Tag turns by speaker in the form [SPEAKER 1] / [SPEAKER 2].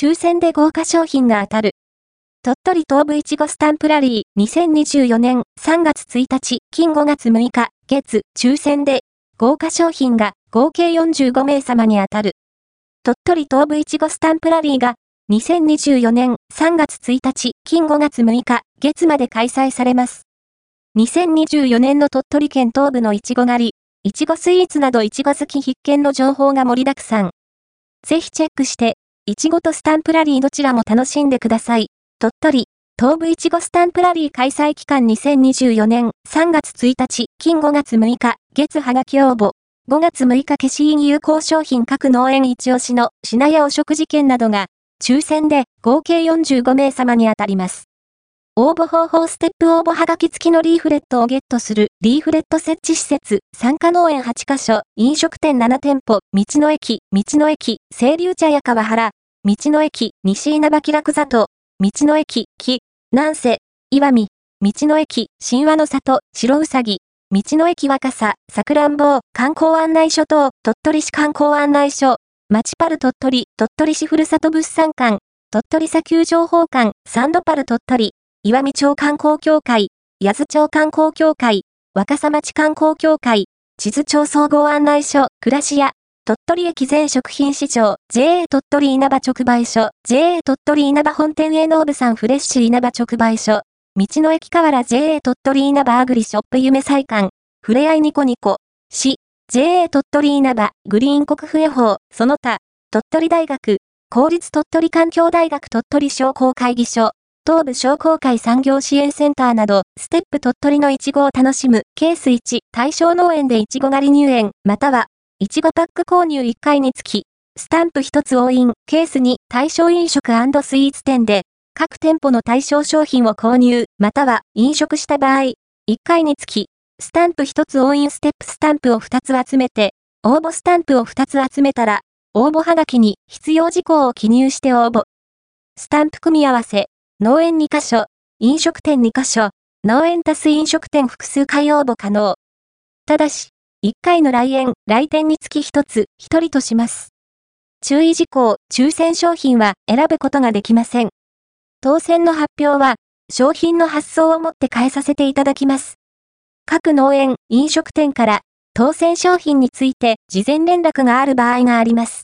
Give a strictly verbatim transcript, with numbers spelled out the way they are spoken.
[SPEAKER 1] 抽選で豪華商品が当たる。鳥取東部いちごスタンプラリーにせんにじゅうよねんさんがつついたち、金ごがつむいか、月、抽選で豪華商品が合計よんじゅうごめいさまに当たる。鳥取東部いちごスタンプラリーがにせんにじゅうよねんさんがつついたち、金ごがつむいか、月まで開催されます。にせんにじゅうよねんの鳥取県東部のいちご狩り、いちごスイーツなどいちご好き必見の情報が盛りだくさん。ぜひチェックして、いちごとスタンプラリーどちらも楽しんでください。鳥取、東部いちごスタンプラリー開催期間にせんにじゅうよねんさんがつついたち、金ごがつむいか、月はがき応募。ごがつむいか消印有効商品各農園一押しの品やお食事券などが、抽選で合計よんじゅうごめいさまに当たります。応募方法ステップ応募はがき付きのリーフレットをゲットするリーフレット設置施設参加農園はちかしょ飲食店ななてんぽ道の駅道の駅清流茶屋川原道の駅西稲葉気楽里道の駅木南瀬岩見道の駅神話の里白うさぎ道の駅若狭さくらんぼ観光案内所等鳥取市観光案内所まちパル鳥取鳥取市ふるさと物産館鳥取砂丘情報館サンドパル鳥取岩見町観光協会、八頭町観光協会、若狭町観光協会、智頭町総合案内所、暮らし屋、鳥取駅全食品市場、ジェーエー 鳥取稲葉直売所、ジェーエー 鳥取稲葉本店営農部産フレッシュ稲葉直売所、道の駅河原 ジェーエー 鳥取稲葉アグリショップ夢菜館、ふれあいニコニコ、市、ジェーエー 鳥取稲葉、グリーン国府恵方、その他、鳥取大学、公立鳥取環境大学鳥取商工会議所、東部商工会産業支援センターなど、ステップ鳥取のいちごを楽しむ、ケースいち、対象農園でいちご狩り入園、または、いちごパック購入いっかいにつき、スタンプひとつ押印、ケースに、対象飲食&スイーツ店で、各店舗の対象商品を購入、または、飲食した場合、いっかいにつき、スタンプひとつ押印ステップスタンプをふたつ集めて、応募スタンプをふたつ集めたら、応募はがきに必要事項を記入して応募。スタンプ組み合わせ。農園にかしょ、飲食店にかしょ、農園足す飲食店複数回応募可能。ただし、いっかいの来園、来店につきひとつ、ひとりとします。注意事項、抽選商品は選ぶことができません。当選の発表は、商品の発送をもって返させていただきます。各農園、飲食店から、当選商品について事前連絡がある場合があります。